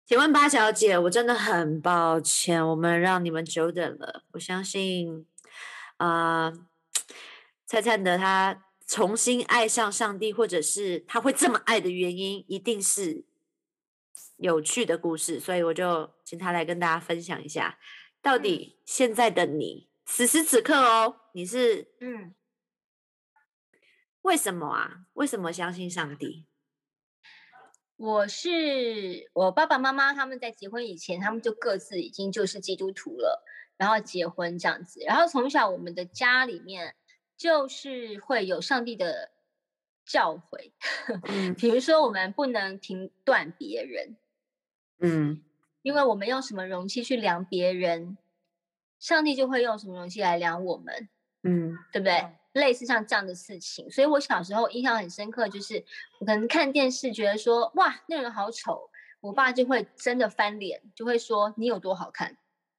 请问八小姐，我真的很抱歉，我们让你们久等了。我相信，啊、灿灿的他重新爱上上帝，或者是他会这么爱的原因，一定是有趣的故事，所以我就请他来跟大家分享一下，到底现在的你，此时此刻哦，你是为什么啊？为什么相信上帝？ 我爸爸妈妈他们在结婚以前，他们就各自已经就是基督徒了，然后结婚这样子，然后从小我们的家里面就是会有上帝的教诲，比如说我们不能评断别人，因为我们用什么容器去量别人，上帝就会用什么容器来量我们，对不对？类似像这样的事情，所以我小时候印象很深刻，就是我可能看电视觉得说，哇，那个人好丑，我爸就会真的翻脸，就会说你有多好看，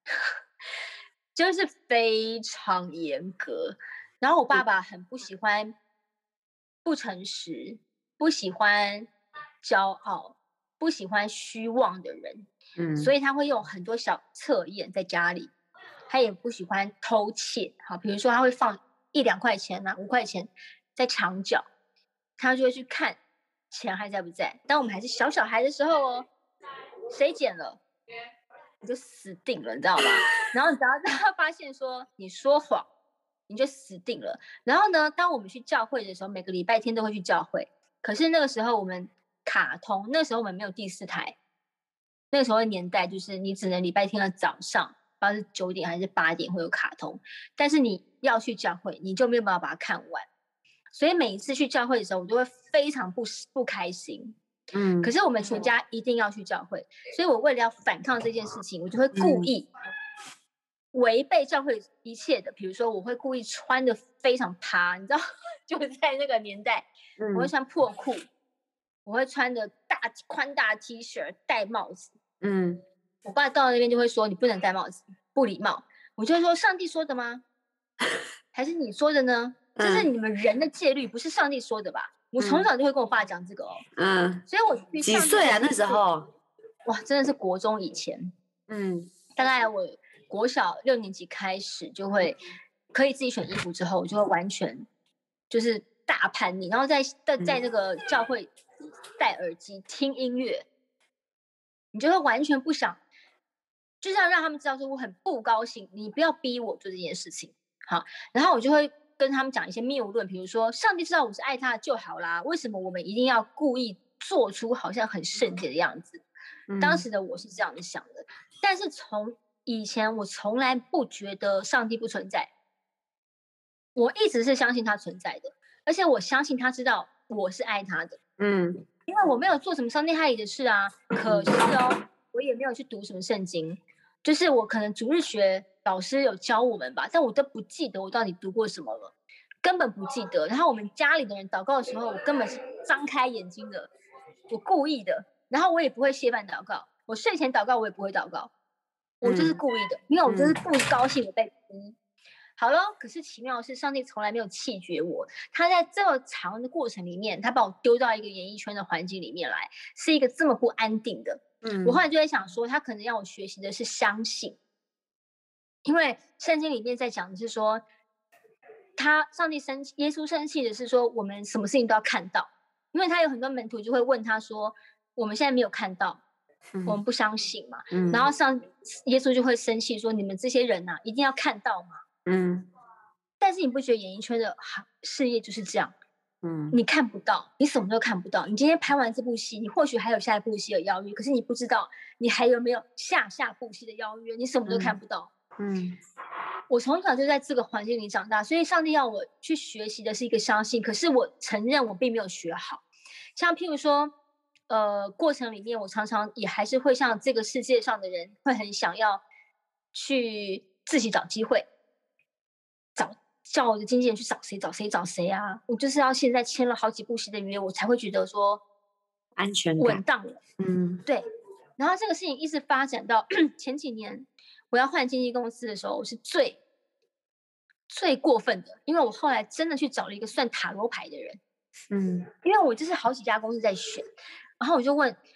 就是非常严格。然后我爸爸很不喜欢不诚实，不喜欢骄傲，不喜欢虚妄的人，所以他会用很多小测验在家里。他也不喜欢偷窃，好，比如说他会放1-2块钱啊5块钱在墙角，他就会去看钱还在不在。当我们还是小孩的时候哦，谁捡了你就死定了，你知道吗？然后你只要让他发现说你说谎，你就死定了。然后呢，当我们去教会的时候，每个礼拜天都会去教会，可是那个时候我们卡通，那个时候我们没有第4台，那个时候的年代就是你只能礼拜天的早上。不知道是9点还是8点会有卡通，但是你要去教会，你就没有办法把它看完。所以每一次去教会的时候，我都会非常不开心。可是我们全家一定要去教会，所以我为了要反抗这件事情，我就会故意违背教会一切的，比如说我会故意穿的非常趴，你知道，就是在那个年代，我会穿破裤，我会穿的宽大 T 恤，戴帽子，我爸到那边就会说：“你不能戴帽子，不礼貌。”我就会说：“上帝说的吗？还是你说的呢？这是你们人的戒律，不是上帝说的吧？”我从小就会跟我爸讲这个哦。所以我去几岁啊？那时候？ 哇，真的是国中以前。大概我国小6年级开始就会可以自己选衣服之后，我就会完全就是大叛逆，然后在那个教会戴耳机听音乐，你就会完全不想。就是要让他们知道说我很不高兴，你不要逼我做这件事情，好，然后我就会跟他们讲一些谬论，比如说上帝知道我是爱他的就好啦，为什么我们一定要故意做出好像很圣洁的样子？当时的我是这样子想的，但是从以前我从来不觉得上帝不存在，我一直是相信他存在的，而且我相信他知道我是爱他的，因为我没有做什么伤天害理的事啊，可是哦，我也没有去读什么圣经。就是我可能主日学老师有教我们吧，但我都不记得我到底读过什么了，根本不记得。然后我们家里的人祷告的时候，我根本是张开眼睛的，我故意的。然后我也不会谢饭祷告，我睡前祷告我也不会祷告，我就是故意的，因为我就是不高兴我被逼。好了，可是奇妙的是，上帝从来没有弃绝我。他在这么长的过程里面，他把我丢到一个演艺圈的环境里面来，是一个这么不安定的。我后来就在想说，他可能让我学习的是相信，因为圣经里面在讲的是说，上帝生气，耶稣生气的是说，我们什么事情都要看到，因为他有很多门徒就会问他说，我们现在没有看到，我们不相信嘛。然后耶稣就会生气说，你们这些人啊，一定要看到嘛。但是你不觉得演艺圈的事业就是这样？你看不到，你什么都看不到。你今天拍完这部戏，你或许还有下一部戏的邀约，可是你不知道你还有没有下部戏的邀约，你什么都看不到。我从小就在这个环境里长大，所以上帝要我去学习的是一个相信，可是我承认我并没有学好。像譬如说，过程里面我常常也还是会像这个世界上的人，会很想要去自己找机会，叫我的经纪人去找谁啊！我就是要现在签了好几部戏的约，我才会觉得说安全稳当了。对。然后这个事情一直发展到前几年，我要换经纪公司的时候，我是最过分的，因为我后来真的去找了一个算塔罗牌的人。因为我就是好几家公司在选，然后我就问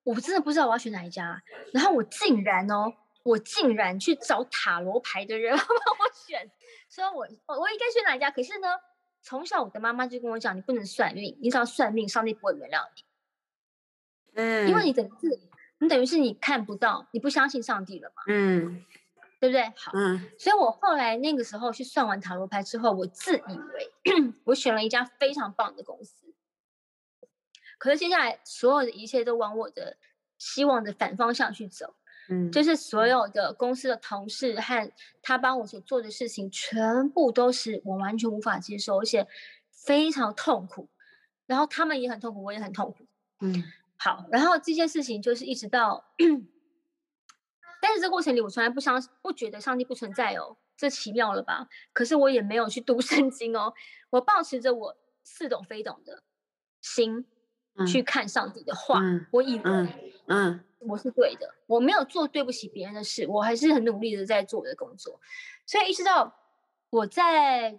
我真的不知道我要选哪一家，然后我竟然去找塔罗牌的人帮我选，说我应该选哪一家。可是呢，从小我的妈妈就跟我讲，你不能算命，你只要算命，上帝不会原谅你，因为你等于是你看不到，你不相信上帝了嘛，对不对？好，所以我后来那个时候去算完塔罗牌之后，我自以为我选了一家非常棒的公司。可是接下来所有的一切都往我的希望的反方向去走，就是所有的公司的同事和他帮我所做的事情，全部都是我完全无法接受，而且非常痛苦。然后他们也很痛苦，我也很痛苦。好，然后这件事情就是一直到，但是这过程里我从来不觉得上帝不存在哦，这奇妙了吧？可是我也没有去读圣经哦，我抱持着我似懂非懂的心。去看上帝的话，我以为我是对的，我没有做对不起别人的事，我还是很努力的在做我的工作。所以一直到我在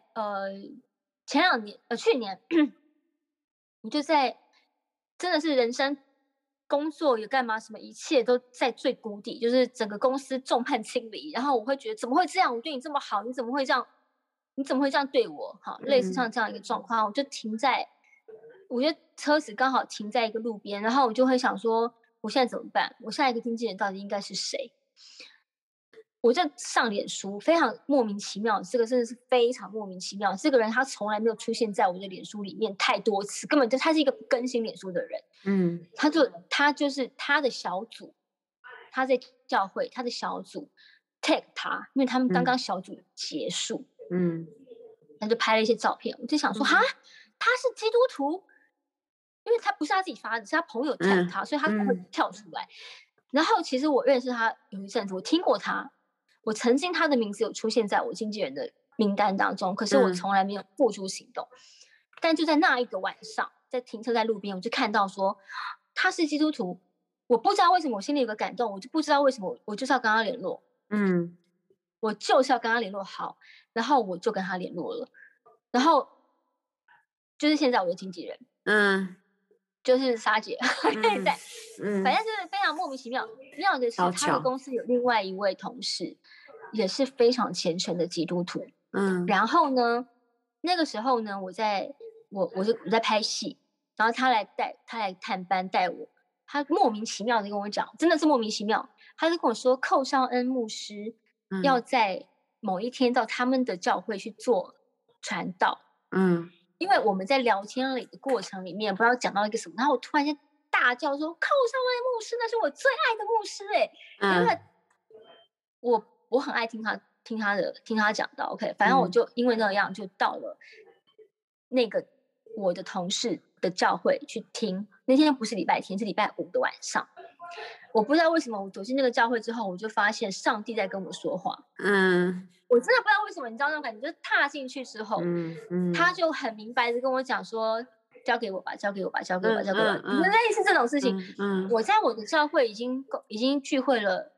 去年我就在真的是人生工作也干嘛什么一切都在最谷底，就是整个公司众叛亲离，然后我会觉得怎么会这样，我对你这么好，你怎么会这样对我，类似像这样一个状况，我就我觉得车子刚好停在一个路边，然后我就会想说，我现在怎么办？我下一个经纪人到底应该是谁？我就上脸书，非常莫名其妙，这个真的是非常莫名其妙。这个人他从来没有出现在我的脸书里面太多次，根本他是一个不更新脸书的人。他就是他的小组，他在教会，他的小组 tag 他，因为他们刚刚小组结束，他就拍了一些照片，我就想说，哈，他是基督徒。因为他不是他自己发的，是他朋友 tag 他，所以他才会跳出来。然后其实我认识他有一阵子，我听过他，我曾经他的名字有出现在我经纪人的名单当中，可是我从来没有付诸行动。但就在那一个晚上，在停车在路边，我就看到说他是基督徒，我不知道为什么我心里有个感动，我就不知道为什么我就是要跟他联络，我就是要跟他联络好，然后我就跟他联络了，然后就是现在我的经纪人，就是莎姐，反正就是非常莫名其妙。妙的是，他的公司有另外一位同事，也是非常虔诚的基督徒。然后呢，那个时候呢，我在拍戏，然后他来探班带我，他莫名其妙的跟我讲，真的是莫名其妙，他就跟我说，寇绍恩牧师要在某一天到他们的教会去做传道。因为我们在聊天里的过程里面，不知道讲到一个什么，然后我突然间大叫说：“寇绍恩牧师，那是我最爱的牧师因为我很爱听他讲到 OK， 反正我就因为那样就到了那个我的同事的教会去听。那天不是礼拜天，是礼拜5的晚上。我不知道为什么，我走进那个教会之后，我就发现上帝在跟我说话。我真的不知道为什么，你知道那种感觉，就是踏进去之后，他就很明白的跟我讲说：“交给我吧，交给我吧，交给我吧，交给我吧。”类似这种事情，我在我的教会已经聚会了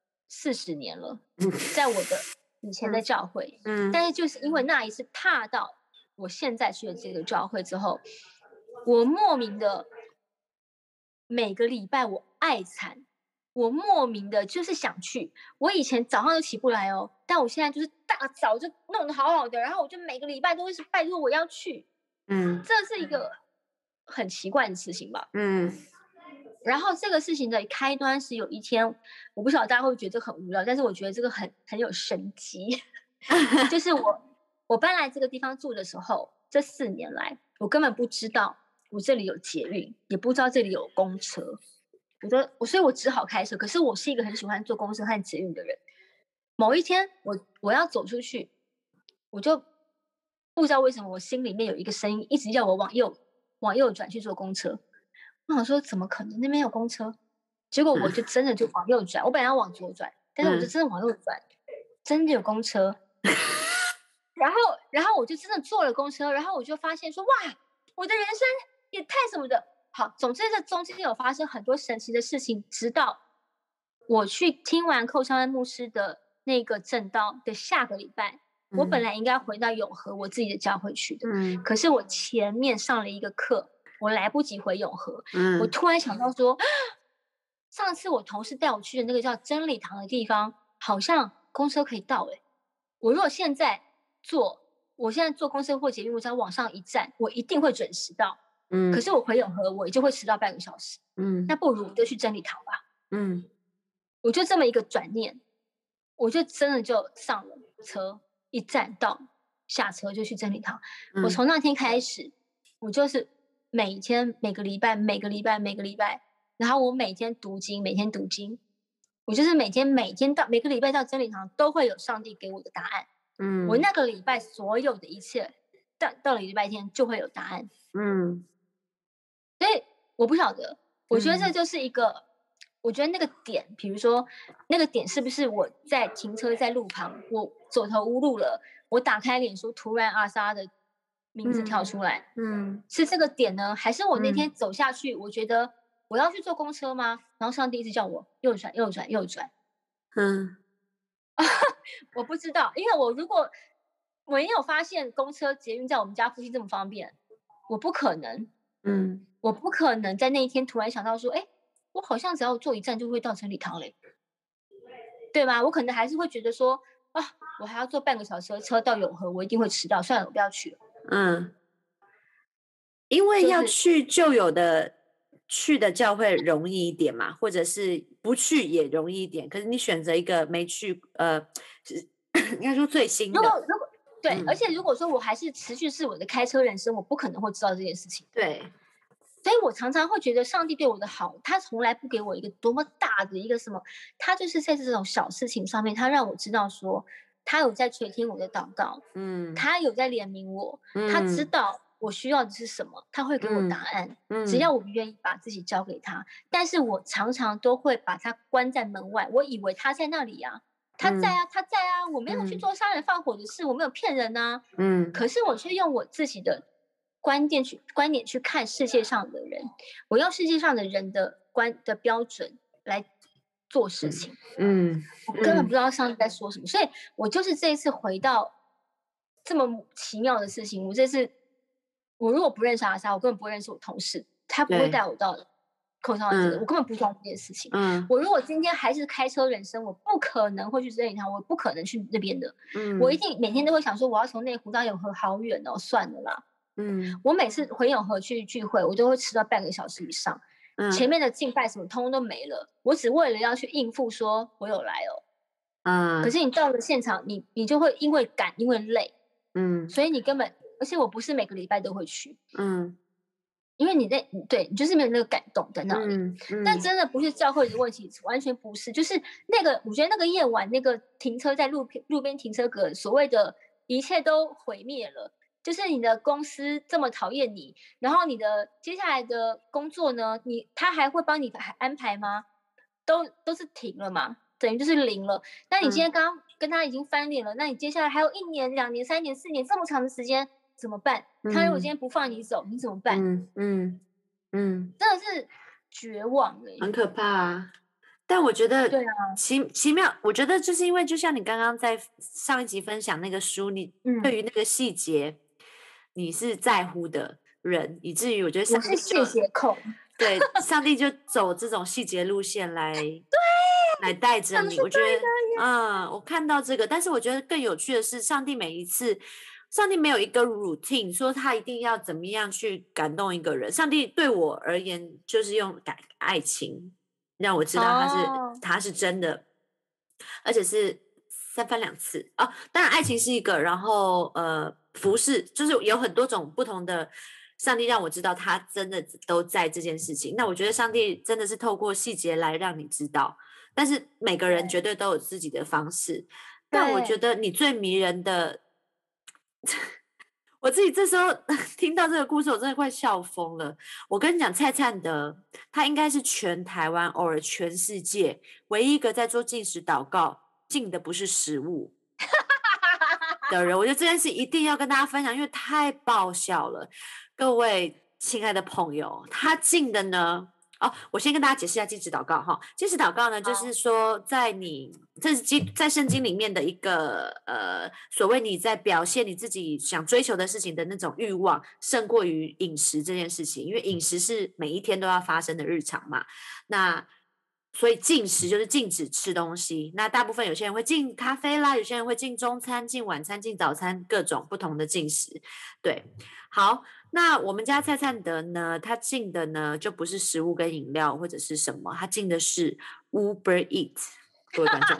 40年了，在我的以前的教会，但是就是因为那一次踏到我现在去的这个教会之后，我莫名的每个礼拜我爱惨。我莫名的就是想去，我以前早上都起不来哦，但我现在就是大早就弄得好好的，然后我就每个礼拜都是拜托我要去，这是一个很奇怪的事情吧，然后这个事情的开端是有一天，我不晓得大家会不会觉得这很无聊，但是我觉得这个很有神机，就是我搬来这个地方住的时候，这4年来我根本不知道我这里有捷运，也不知道这里有公车。所以我只好开车。可是我是一个很喜欢坐公车和捷运的人。某一天，我要走出去，我就不知道为什么我心里面有一个声音一直要我往右转去坐公车。我想说怎么可能那边有公车？结果我就真的就往右转，我本来要往左转，但是我就真的往右转，真的有公车。然后我就真的坐了公车，然后我就发现说哇，我的人生也太什么的。好，总之这中间有发生很多神奇的事情，直到我去听完寇绍恩牧师的那个证道的下个礼拜，我本来应该回到永和我自己的教会去的，可是我前面上了一个课，我来不及回永和，我突然想到说， 上次我同事带我去的那个叫真理堂的地方，好像公车可以到我如果现在我现在坐公车或捷运，我只要往上一站，我一定会准时到。可是我回永和，我就会迟到半个小时。那不如我就去真理堂吧。我就这么一个转念，我就真的就上了车，一站到下车就去真理堂。我从那天开始，我就是每天每个礼拜，然后我每天读经，我就是每天到每个礼拜到真理堂都会有上帝给我的答案。我那个礼拜所有的一切，到了礼拜天就会有答案。所以我不晓得，我觉得这就是一个，我觉得那个点，比如说那个点是不是我在停车在路旁，我走投无路了，我打开脸书，突然阿莎的名字跳出来，是这个点呢，还是我那天走下去，我觉得我要去坐公车吗？然后上帝一直叫我右转。我不知道，因为如果我没有发现公车捷运在我们家附近这么方便，我不可能在那一天突然想到说，我好像只要坐一站就会到真理堂嘞，对吗？我可能还是会觉得说，我还要坐半个小时的车到永和，我一定会迟到，算了，我不要去了。 因为要去旧有的去的教会容易一点嘛，或者是不去也容易一点。可是你选择一个没去，应该说最新的。 如果对，而且如果说我还是持续是我的开车人生，我不可能会知道这件事情。 对， 所以我常常会觉得上帝对我的好，他从来不给我一个多么大的一个什么，他就是在这种小事情上面，他让我知道说，他有在垂听我的祷告，他有在怜悯我，他知道我需要的是什么，他会给我答案，只要我愿意把自己交给他。但是我常常都会把他关在门外，我以为他在那里啊，他在啊，我没有去做杀人放火的事，我没有骗人啊，可是我却用我自己的观点去看世界上的人，我用世界上的人的标准来做事情，我根本不知道上帝在说什么，所以我就是这一次回到这么奇妙的事情，我如果不认识阿莎，我根本不会认识我同事，他不会带我到口上的，我根本不知道这件事情。我如果今天还是开车人生，我不可能会去真理堂，我不可能去那边的。我一定每天都会想说，我要从内湖到永和好远哦，算了啦。我每次回永和去聚会，我都会迟到半个小时以上，前面的敬拜什么通通都没了，我只为了要去应付说我有来哦。可是你到了现场，你就会因为赶，因为累，所以你根本，而且我不是每个礼拜都会去，因为你对你就是没有那个感动在那里。但真的不是教会的问题，完全不是，就是那个我觉得那个夜晚那个停车在路边停车格，所谓的一切都毁灭了。就是你的公司这么讨厌你，然后你的接下来的工作呢，他还会帮你安排吗？都是停了嘛，等于就是零了。那你今天刚刚跟他已经翻脸了，那你接下来还有1年、2年、3年、4年这么长的时间怎么办？他如果今天不放你走，你怎么办？真的是绝望了， 很可怕啊。但我觉得对啊， 奇妙，我觉得就是因为就像你刚刚在上一集分享那个书，你对于那个细节。你是在乎的人，以至于我觉得上帝我是细节控， 对，上帝就走这种细节路线来带着你。我觉得，我看到这个，但是我觉得更有趣的是，上帝没有一个 routine 说他一定要怎么样去感动一个人。上帝对我而言，就是用爱情让我知道他是真的，而且是3番2次哦。当然，爱情是一个，然后服侍就是有很多种不同的。上帝让我知道他真的都在这件事情。那我觉得上帝真的是透过细节来让你知道，但是每个人绝对都有自己的方式。但我觉得你最迷人的，我自己这时候听到这个故事，我真的快笑疯了。我跟你讲，蔡灿德他应该是全台湾偶尔全世界唯一一个在做禁食祷告禁的不是食物的人。我觉得这件事一定要跟大家分享，因为太爆笑了。各位亲爱的朋友，他禁的呢？我先跟大家解释一下禁食祷告哈。禁食祷告呢，就是说这是在圣经里面的一个所谓你在表现你自己想追求的事情的那种欲望，胜过于饮食这件事情。因为饮食是每一天都要发生的日常嘛。那所以禁食就是禁止吃东西。那大部分有些人会禁咖啡啦，有些人会禁中餐、禁晚餐、禁早餐，各种不同的禁食。对，好，那我们家蔡灿德呢，他禁的呢就不是食物跟饮料或者是什么，他禁的是 Uber Eat。各位观众，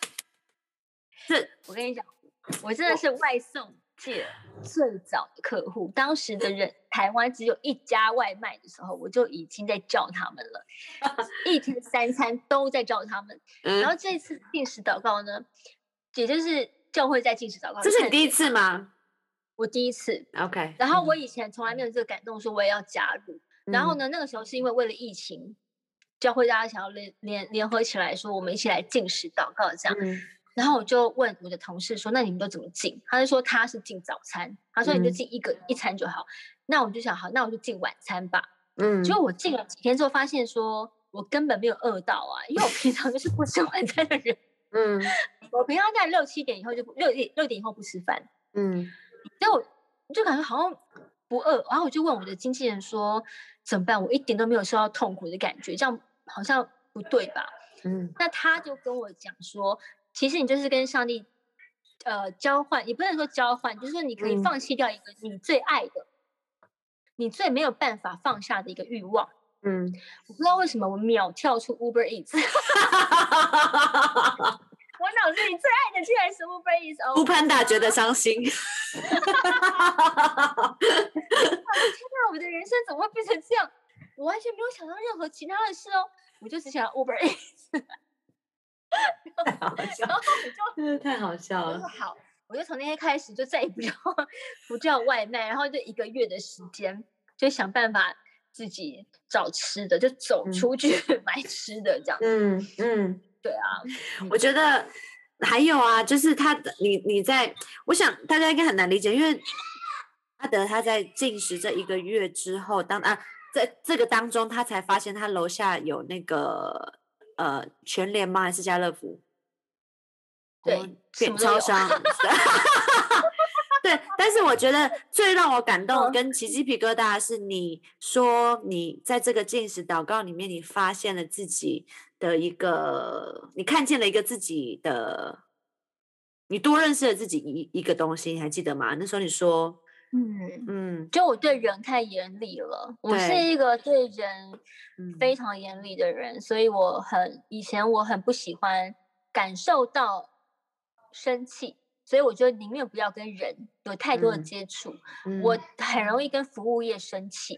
我跟你讲，我真的是外送界最早的客户。当时的人，台湾只有1家外卖的时候，我就已经在叫他们了，一天3餐都在叫他们。然后这次禁食祷告呢，也就是教会在禁食祷告。 这是你第一次吗？ 我第一次。 OK。 然后我以前从来没有这个感动，说我也要加入。然后呢，那个时候是因为了疫情，教会大家想要联合起来，说我们一起来禁食祷告这样。然后我就问我的同事说：“那你们都怎么禁？”他就说他是禁早餐，他说你就禁一餐就好。那我就想好，那我就禁晚餐吧。结果我禁了几天之后，发现说我根本没有饿到啊，因为我平常就是不吃晚餐的人。我平常在6、7点以后就6点以后不吃饭。所以我就感觉好像不饿，然后我就问我的经纪人说怎么办？我一点都没有受到痛苦的感觉，这样好像不对吧？那他就跟我讲说，其实你就是跟上帝交换，也不能说交换，就是说你可以放弃掉一个你最爱的，你最没有办法放下的一个欲望。我不知道为什么我秒跳出 Uber Eats。我脑子里最爱的居然是 Uber Eats。 乌潘达觉得伤心。天哪，我的人生怎么会变成这样？我完全没有想到任何其他的事哦，我就只想要 Uber Eats。 太好笑了。 好，我就从那天开始就再也不叫外卖，然后就1个月的时间，就想办法自己找吃的，就走出去买吃的这样。对啊， 我觉得还有啊，就是你在，我想大家应该很难理解，因为阿德他在禁食这1个月之后，在这个当中，他才发现他楼下有那个全联吗？还是家乐福？ 对， 超商。对，但是我觉得最让我感动跟起鸡皮疙瘩的是，你说你在这个禁食祷告里面，你发现了自己的你看见了一个自己的，你多认识了自己一个东西，你还记得吗？那时候你说， 就我对人太严厉了，我是一个对人非常严厉的人，所以以前我很不喜欢感受到生气。所以我觉得宁愿不要跟人有太多的接触，我很容易跟服务业生气。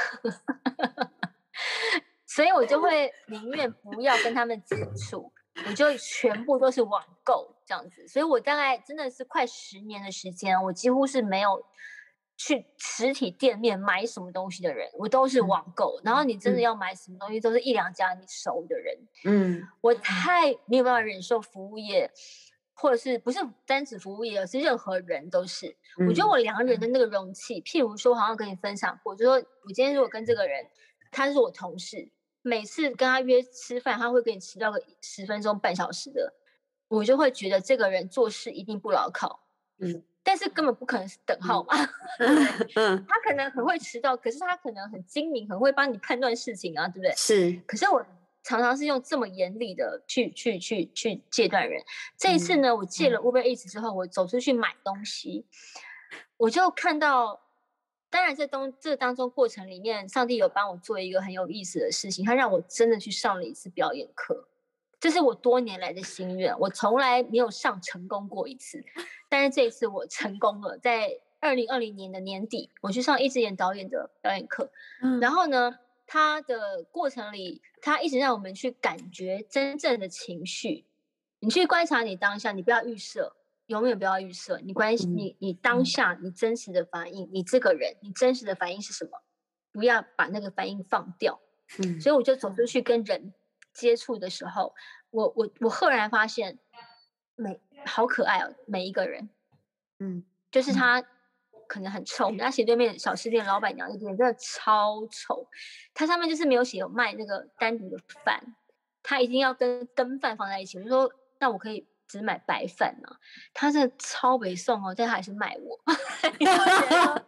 所以我就会宁愿不要跟他们接触，我就全部都是网购这样子。所以我大概真的是快10年的时间，我几乎是没有去实体店面买什么东西的人，我都是网购。然后你真的要买什么东西，都是1、2家你熟的人。我太没有办法忍受服务业，或者是不是单指服务业，而是任何人都是。我觉得我2人的那个容器，譬如说，我好像跟你分享过，就说我今天如果跟这个人，他是我同事，每次跟他约吃饭，他会跟你迟到个10分钟、半小时的，我就会觉得这个人做事一定不牢靠。但是根本不可能是等号嘛。他可能很会迟到，可是他可能很精明，很会帮你判断事情啊，对不对？ 是。 可是我常常是用这么严厉的去戒断人。这一次呢，我戒了 Uber Eats 之后，我走出去买东西，我就看到，当然这当中过程里面，上帝有帮我做一个很有意思的事情，他让我真的去上了一次表演课。这是我多年来的心愿，我从来没有上成功过一次，但是这一次我成功了。在2020年的年底，我去上易智言导演的表演课，然后呢，他的过程里，他一直让我们去感觉真正的情绪，你去观察你当下，你不要预设，永远不要预设，你当下你真实的反应，你这个人你真实的反应是什么？不要把那个反应放掉。所以我就走出去跟人接触的时候，我赫然发现好可爱哦，每一个人。就是他可能很臭，我们家斜对面小吃店老板娘的脸真的超丑，他上面就是没有写有卖那个单独的饭，他一定要跟羹饭放在一起。我就说那我可以只买白饭吗？他真的超北宋哦，但他还是卖我。你就觉得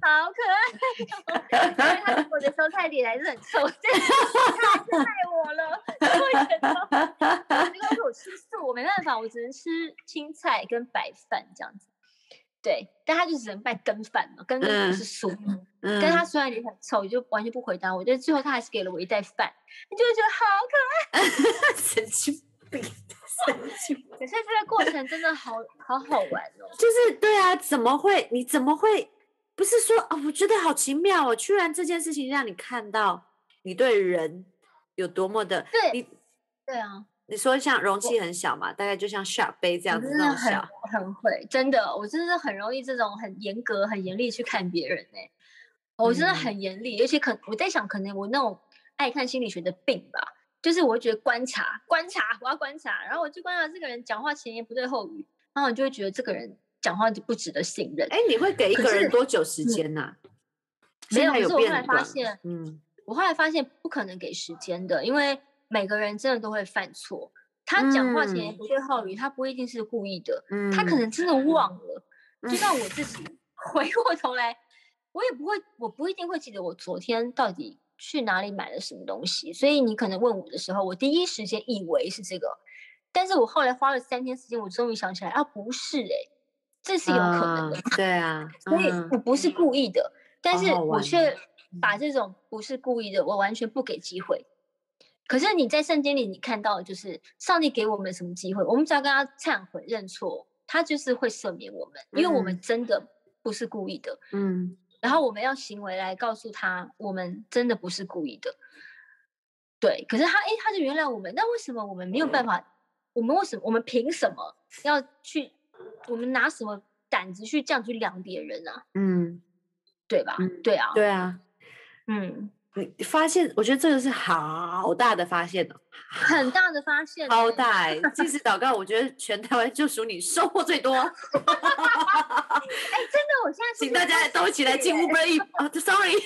好可爱哦。因为他我的时候菜底还是很臭，真的他还是害我了。就会觉得，因为我吃素，我没办法，我只能吃青菜跟白饭这样子。对，但他就只能卖羹饭嘛，羹不是素。但他虽然脸很臭，就完全不回答我。但最后他还是给了我一袋饭，你就会觉得好可爱，神经病，神经病。 可是这个过程真的好玩哦。 就是对啊，你怎么会？不是说哦，我觉得好奇妙哦，居然这件事情让你看到你对人有多么的对啊。 你说像容器很小嘛，大概就像 shot 杯这样子那种小， 很会，真的，我真的很容易这种很严格、很严厉去看别人欸。我真的很严厉，而且我在想，可能我那种爱看心理学的病吧，就是我会觉得观察，我要观察，然后我就观察这个人讲话前言不对后语，然后你就会觉得这个人讲话就不值得信任。 你会给一个人多久时间呢？ 没有，可是我后来发现，我后来发现不可能给时间的，因为每个人真的都会犯错。他讲话前言不对后语，他不一定是故意的，他可能真的忘了。就像我自己回过头来，我不一定会记得我昨天到底去哪里买了什么东西。所以你可能问我的时候，我第一时间以为是这个，但是我后来花了3天时间，我终于想起来啊，不是这是有可能的。 对啊， 所以我不是故意的，但是我却把这种不是故意的，我完全不给机会。可是你在圣经里你看到的就是上帝给我们什么机会，我们只要跟他忏悔认错，他就是会赦免我们，因为我们真的不是故意的。然后我们要行为来告诉他我们真的不是故意的。对，可是他就原谅我们，那为什么我们没有办法？我们凭什么要去？我们拿什么胆子去这样去量别人啊？对吧？对啊， 对啊，你发现，我觉得这个是好大的发现哦， 很大的发现， 超大即使祷告，我觉得全台湾就属你收获最多。真的， 我现在请大家都一起来进 Uber Eats。Sorry，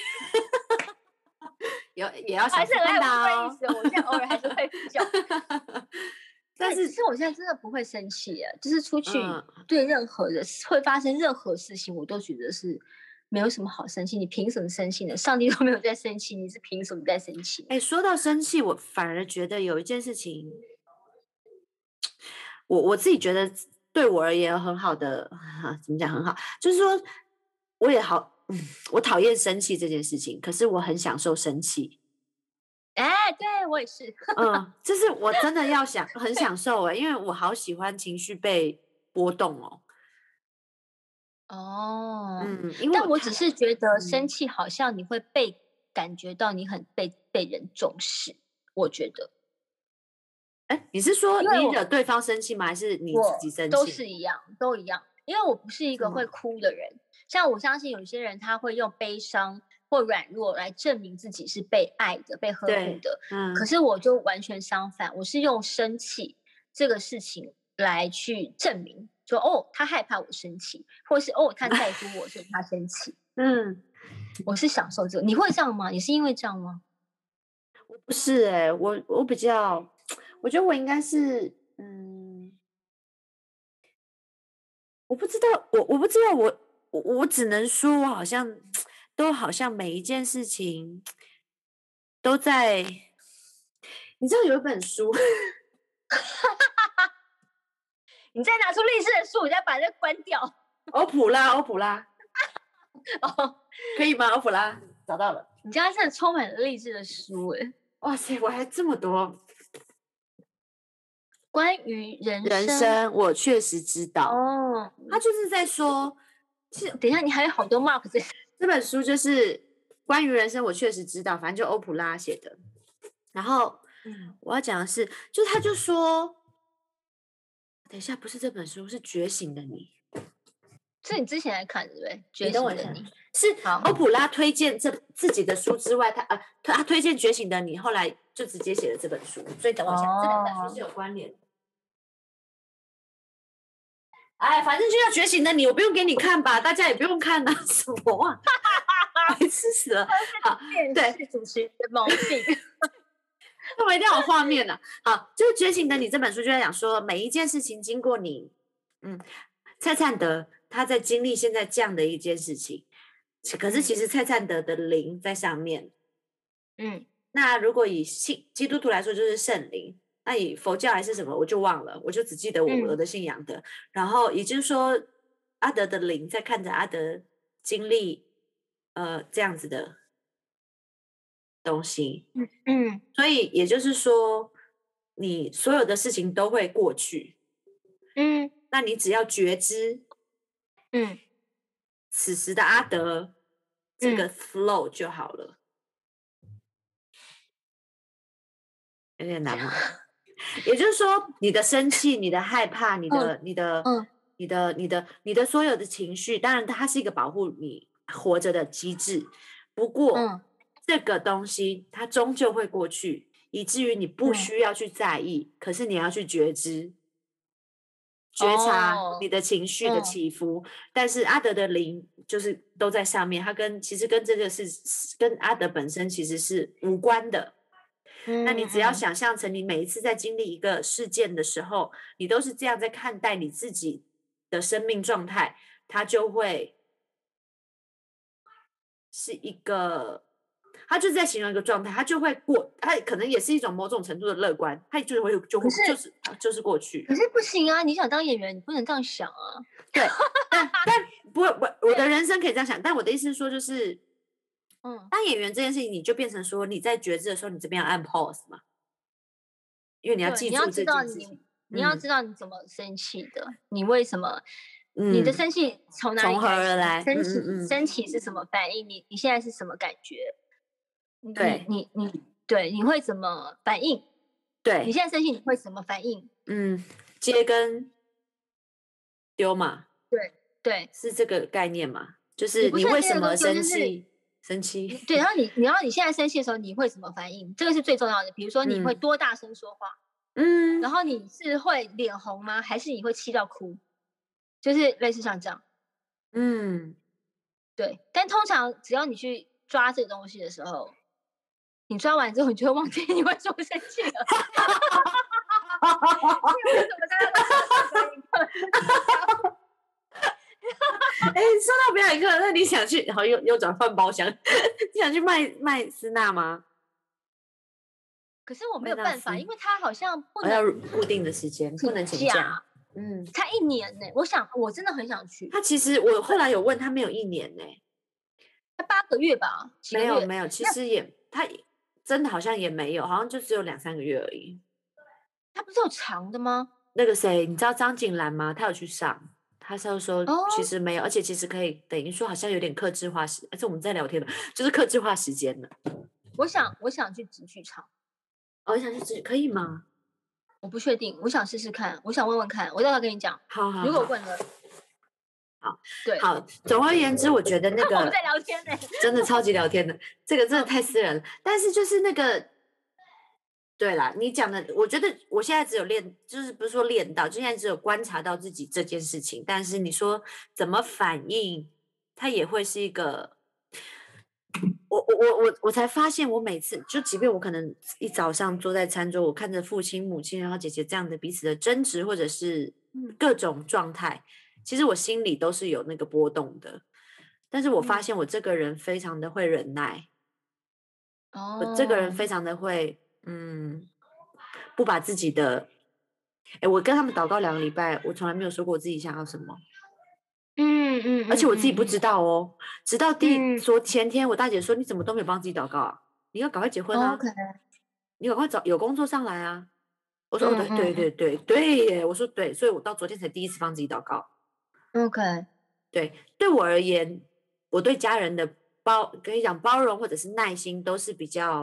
也要小心的哦。我现在偶尔还是会笑。但是，其实我现在真的不会生气就是出去对任何的会发生任何事情，我都觉得是。没有什么好生气，你凭什么生气呢？上帝都没有在生气，你是凭什么在生气？ 说到生气，我反而觉得有一件事情，我自己觉得对我而言很好的，怎么讲很好，就是说我也好，我讨厌生气这件事情，可是我很享受生气。 对我也是。 就是我真的要很享受因为我好喜欢情绪被波动哦。 但我只是觉得生气好像你会感觉到你很被人重视，我觉得。 你是说你惹对方生气吗？还是你自己生气？ 都是一样，都一样。因为我不是一个会哭的人，像我相信有些人他会用悲伤或软弱来证明自己是被爱的、被呵护的。可是我就完全相反，我是用生气这个事情来去证明。说他害怕我生气，或是他在乎我，所以他生气。我是享受这个。你会这样吗？你是因为这样吗？ 我不是我比较，我觉得我应该是我不知道，我不知道，我只能说，我好像每一件事情都在。你知道有一本书。 你再拿出励志的书，我再把这关掉。 欧普拉，可以吗？欧普拉找到了。 你家真的充满了励志的书哇塞，我还这么多。 关于人生，我确实知道。他就是在说， 等一下，你还有好多 mark。 这本书就是关于人生，我确实知道，反正就欧普拉写的。然后，我要讲的是，他就说。等一下，不是这本书，是《觉醒的你》。 是你之前来看的对不对？ 觉醒的你是欧普拉推荐自己的书之外，他推荐《觉醒的你》，后来就直接写了这本书。所以等我讲，这两本书是有关联的。反正就叫《觉醒的你》，我不用给你看吧，大家也不用看啊，什么啊？白痴死了！好，对， 主持人的毛病。 那我一定要有画面了。好，就是《觉醒的你》这本书就在讲说，每一件事情经过你，蔡灿德他在经历现在这样的一件事情， 可是其实蔡灿德的灵在上面。那如果以基督徒来说就是圣灵，那以佛教还是什么我就忘了，我就只记得我的信仰的。然后也就是说阿德的灵在看着阿德经历这样子的东西。所以也就是说你所有的事情都会过去。那你只要觉知此时的阿德这个 flow 就好了。有点难吗？也就是说你的生气，你的害怕，你的所有的情绪，当然它是一个保护你活着的机制，不过这个东西它终究会过去，以至于你不需要去在意，可是你要去觉知觉察你的情绪的起伏。但是阿德的灵就是都在上面，它其实跟这个是跟阿德本身其实是无关的。那你只要想象成你每一次在经历一个事件的时候，你都是这样在看待你自己的生命状态，它就会是一个，它就是在形容一个状态，它就会过，它可能也是一种某种程度的乐观，它就是过去。 可是不行啊！你想当演员，你不能这样想啊。 对，但不，我的人生可以这样想，但我的意思是说，就是当演员这件事情，你就变成说你在觉知的时候，你这边要按 pause 嘛，因为你要记住这件事情。 你要知道你怎么生气的，你为什么，你的生气从哪里从何而来？ 升起是什么反应？你现在是什么感觉？ 对， 你会怎么反应？ 对， 你现在生气你会怎么反应？ 接跟丢嘛？ 对， 是这个概念嘛？就是你为什么生气？ 对，然后你现在生气的时候，你会怎么反应？这个是最重要的。比如说，你会多大声说话？然后你是会脸红吗？还是你会气到哭？就是类似像这样。对。但通常只要你去抓这个东西的时候，你抓完之后，你就会忘记你为什么生气了。为什么大家都说表演课？ 说到表演课，那你想去，然后又转换包厢，你想去麦斯纳吗？ 可是我没有办法，因为他好像不能要固定的时间，不能请假。 才1年呢。我真的很想去。 他其实我后来有问他，没有1年呢， 他8个月吧？ 没有，其实他真的好像也没有，好像就只有2-3个月而已。 他不是有长的吗？ 那个谁，你知道张景兰吗？他有去上，他是说其实没有，而且其实可以等于说好像有点客制化而且我们在聊天的，就是客制化时间了。 我想去直剧场。 我想去可以吗？ 我不确定，我想试试看，我想问问看，我到时候跟你讲。 好， 如果问了， 好， 对， 好。总而言之，我觉得那个我们在聊天呢， 真的超级聊天的，这个真的太私人了。但是就是那个，对啦，你讲的，我觉得我现在只有就是不是说练到，就现在只有观察到自己这件事情。但是你说怎么反应，它也会是一个。我才发现，我每次就即便我可能一早上坐在餐桌，我看着父亲、母亲，然后姐姐这样的彼此的争执，或者是各种状态，其实我心里都是有那个波动的。但是我发现我这个人非常的会忍耐，我这个人非常的会，不把自己的，我跟他们祷告2个礼拜，我从来没有说过我自己想要什么。而且我自己不知道哦，直到前天我大姐说，你怎么都没有帮自己祷告啊？你要赶快结婚啊！你赶快有工作上来啊！我说对耶，我说对，所以我到昨天才第一次帮自己祷告。对，对我而言，我对家人的跟你讲包容或者是耐心都是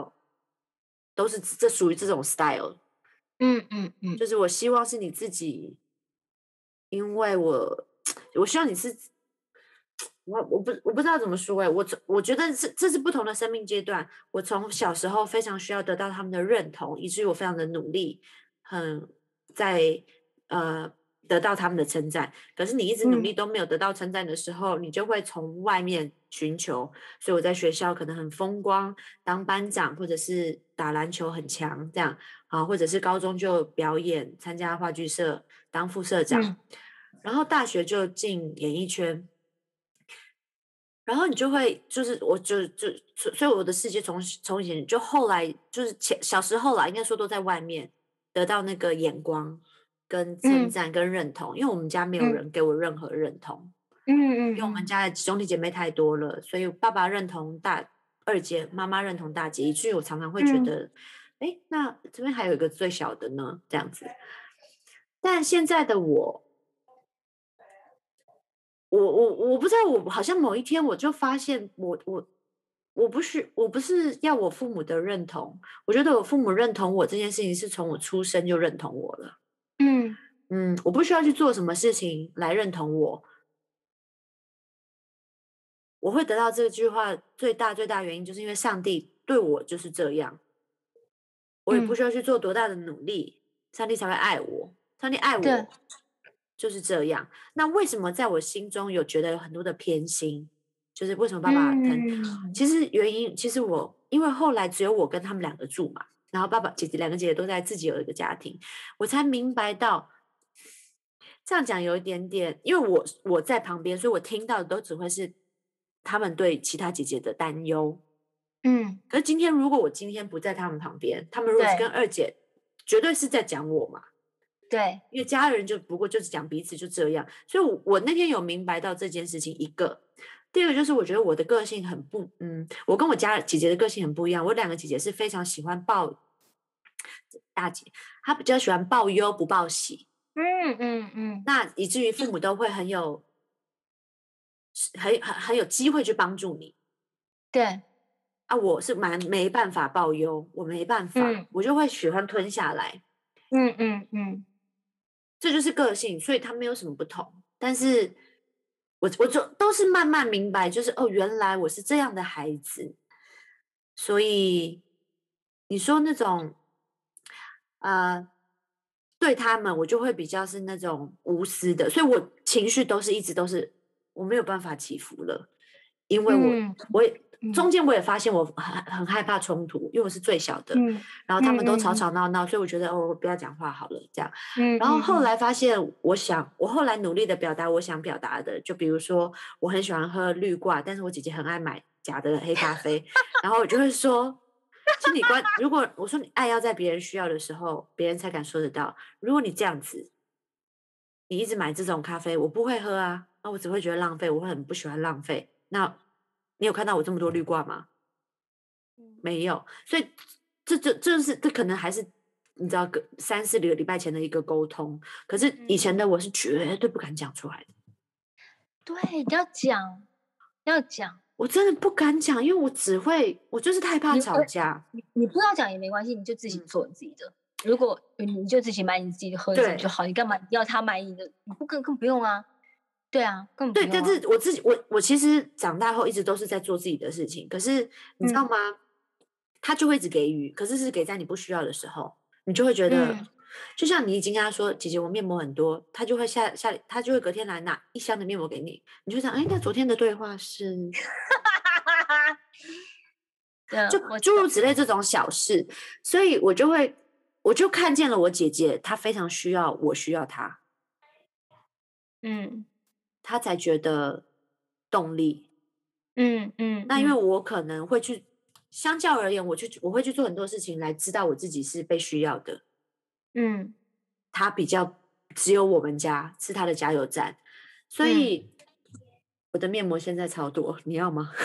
这属于这种 style。就是我希望是你自己，因为我希望你是。我不知道怎么说我觉得这是不同的生命阶段。我从小时候非常需要得到他们的认同，以至于我非常的努力，在得到他们的称赞。可是你一直努力都没有得到称赞的时候，你就会从外面寻求。所以我在学校可能很风光，当班长或者是打篮球很强这样啊，或者是高中就表演，参加话剧社当副社长，然后大学就进演艺圈。 然后你就会就是所以我的世界从以前就后来就是小时候啦，应该说都在外面得到那个眼光跟称赞跟认同，因为我们家没有人给我任何认同，因为我们家的兄弟姐妹太多了，所以爸爸认同二姐，妈妈认同大姐，以至于我常常会觉得，哎，那这边还有一个最小的呢，这样子。但现在的我不知道，我好像某一天我就发现我不是要我父母的认同，我觉得我父母认同我这件事情是从我出生就认同我了。我不需要去做什么事情来认同我。我会得到这句话最大原因，就是因为上帝对我就是这样，我也不需要去做多大的努力，上帝才会爱我。上帝爱我就是这样。那为什么在我心中觉得有很多的偏心？就是为什么爸爸其实原因，其实因为后来只有我跟他们两个住嘛，然后爸爸两个姐姐都在自己有一个家庭，我才明白到，这样讲有一点点，因为我在旁边，所以我听到的都只会是他们对其他姐姐的担忧。可是今天如果我今天不在他们旁边，他们如果是跟二姐，绝对是在讲我嘛。 对， 因为家人不过就是讲彼此就这样，所以我那天有明白到这件事情一个。第二个就是我觉得我的个性很我跟我姐姐的个性很不一样。我两个姐姐是非常喜欢大姐，她比较喜欢报忧不报喜。那以至于父母都会很有机会去帮助你。 对啊，我是没办法报忧，我没办法，我就会喜欢吞下来。这就是个性，所以他没有什么不同。但是我就都是慢慢明白，就是原来我是这样的孩子。所以你说那种对他们，我就会比较是那种无私的，所以我情绪一直都是我没有办法起伏了，因为我也中间我也发现我很害怕冲突，因为我是最小的，然后他们都吵吵闹闹，所以我觉得我不要讲话好了这样。然后后来发现，我后来努力的表达我想表达的，就比如说我很喜欢喝绿挂，但是我姐姐很爱买假的黑咖啡，然后我就会说。其实如果我说你爱要在别人需要的时候，别人才敢说得到。如果你这样子，你一直买这种咖啡，我不会喝啊，那我只会觉得浪费，我会很不喜欢浪费。那你有看到我这么多绿挂吗？没有，所以这可能还是你知道3-4个礼拜前的一个沟通，可是以前的我是绝对不敢讲出来的。 对，要讲。 我真的不敢讲，因为我就是太怕吵架。 你不要讲也没关系，你就自己做你自己的。如果你就自己买你自己的喝的就好，你干嘛要他买你的？你更不用啊。对啊，根本不用对，但是我其实长大后一直都是在做自己的事情，可是你知道吗？他就会一直给予，可是给在你不需要的时候，你就会觉得，就像你已经跟他说，姐姐我面膜很多，他就会他就会隔天来拿1箱的面膜给你，你就想，哎，那昨天的对话是，就诸如此类这种小事，所以我就看见了我姐姐，她非常需要我需要她，她才觉得动力。那因为我可能会去，相较而言，我会去做很多事情来知道我自己是被需要的。他比较只有我们家是他的加油站，所以我的面膜现在超多，你要吗？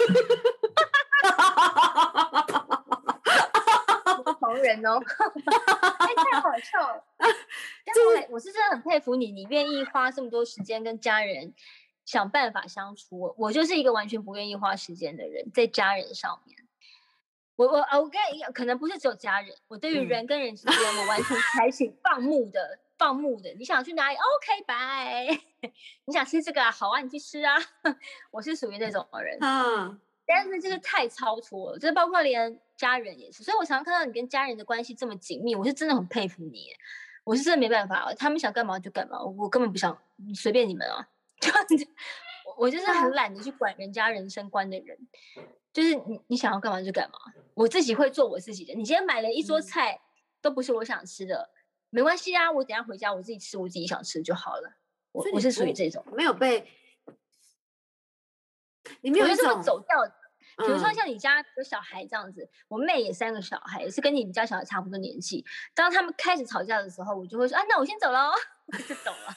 狂人哦，太好笑了。我是真的很佩服你，你愿意花这么多时间跟家人想办法相处。我就是一个完全不愿意花时间的人，在家人上面。我跟可能不是只有家人，我对于人跟人之间，我完全采取放牧的。你想去哪里 ？OK， 拜。你想吃这个啊？好啊，你去吃啊。我是属于那种人。但是这个太超脱了，这包括连家人也是。所以我常常看到你跟家人的关系这么紧密，我是真的很佩服你。我是真的没办法，他们想干嘛就干嘛，我根本不想，随便你们啊。我就是很懒得去管人家人生观的人，就是你想要干嘛就干嘛，我自己会做我自己的。你今天买了一桌菜，都不是我想吃的，没关系啊，我等一下回家我自己吃我自己想吃就好了。我是属于这种， 没有被。 你没有一种我就走掉的。比如说像你家有小孩这样子，我妹也3个小孩，也是跟你们家小孩差不多年纪。当他们开始吵架的时候，我就会说啊，那我先走了，我就走了。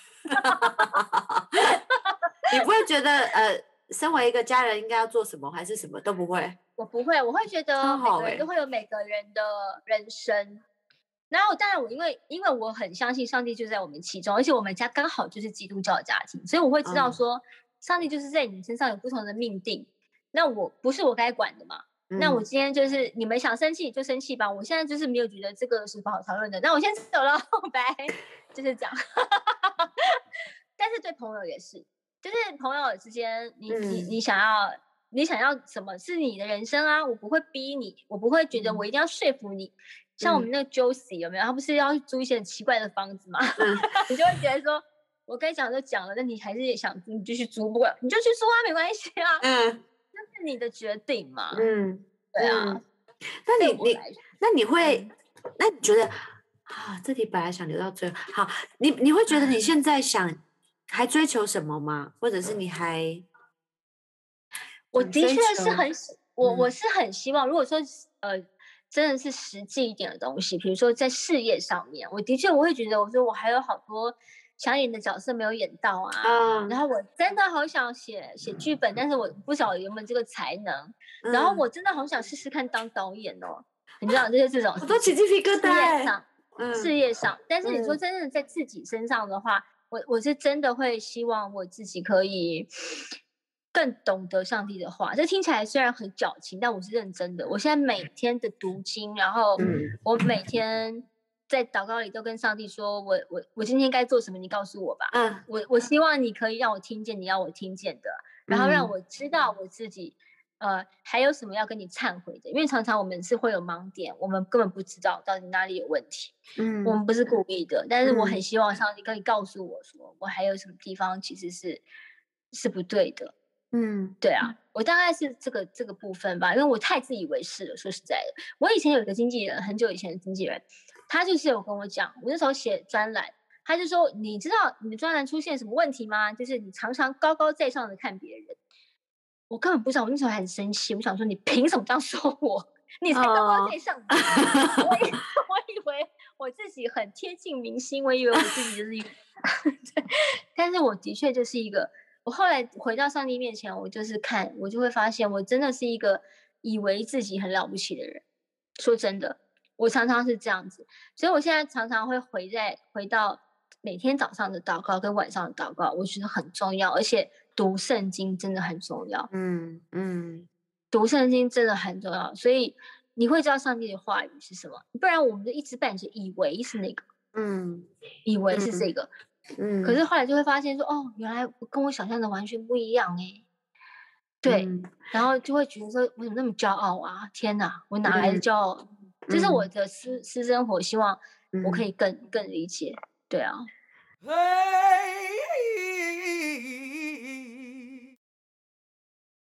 你不会觉得身为一个家人应该要做什么，还是什么都不会？ 我不会，我会觉得每个人都会有每个人的人生。然后当然我因为我很相信上帝就在我们其中，而且我们家刚好就是基督教的家庭，所以我会知道说，上帝就是在你身上有不同的命定。那我不是我该管的嘛。那我今天就是你们想生气就生气吧，我现在就是没有觉得这个是不好讨论的，那我先走了，拜，就是这样。但是对朋友也是，就是朋友之间，你想要什么是你的人生啊，我不会逼你，我不会觉得我一定要说服你。像我们那个 Josie 有没有？他不是要租一些很奇怪的房子吗？你就会觉得说，我该讲就讲了，但你还是想你继续租，不管你就去租啊，没关系啊。那是你的决定嘛。对啊。 那你会，那你觉得啊？这题本来想留到最后。好，你会觉得你现在还追求什么吗？或者是你还？ 我的确是我是很希望，如果说真的是实际一点的东西，比如说在事业上面，我的确我会觉得，我说我还有好多想演的角色没有演到啊。然后我真的好想写剧本，但是我不晓得有没有这个才能。然后我真的好想试试看当导演哦，你知道就是这种。 我都起鸡皮疙瘩。 事业上，但是你说真正在自己身上的话，我是真的会希望我自己可以更懂得上帝的话。这听起来虽然很矫情，但我是认真的。我现在每天的读经，然后我每天在祷告里都跟上帝说，我今天该做什么，你告诉我吧。我希望你可以让我听见你要我听见的，然后让我知道我自己还有什么要跟你忏悔的。因为常常我们是会有盲点，我们根本不知道到底哪里有问题。我们不是故意的，但是我很希望上帝可以告诉我说，我还有什么地方其实是不对的。对啊，我大概是这个部分吧，因为我太自以为是了。说实在的，我以前有一个经纪人，很久以前的经纪人，他就是有跟我讲，我那时候写专栏，他就说，你知道你的专栏出现什么问题吗？就是你常常高高在上的看别人。我根本不知道，我那时候还很生气，我想说你凭什么这样说我？你才高高在上。我以为我自己很贴近民心，我以为我自己就是一个但是我的确就是一个。我后来回到上帝面前，我就是看，我就会发现，我真的是一个以为自己很了不起的人。说真的，我常常是这样子，所以我现在常常会回到每天早上的祷告跟晚上的祷告，我觉得很重要，而且读圣经真的很重要。读圣经真的很重要，所以你会知道上帝的话语是什么，不然我们就一知半解，以为是那个，以为是这个。可是后来就会发现说，哦，原来跟我想象的完全不一样欸。对，然后就会觉得说，我怎么那么骄傲啊？天哪，我哪来的骄傲？这是我的私生活，希望我可以更理解。对啊。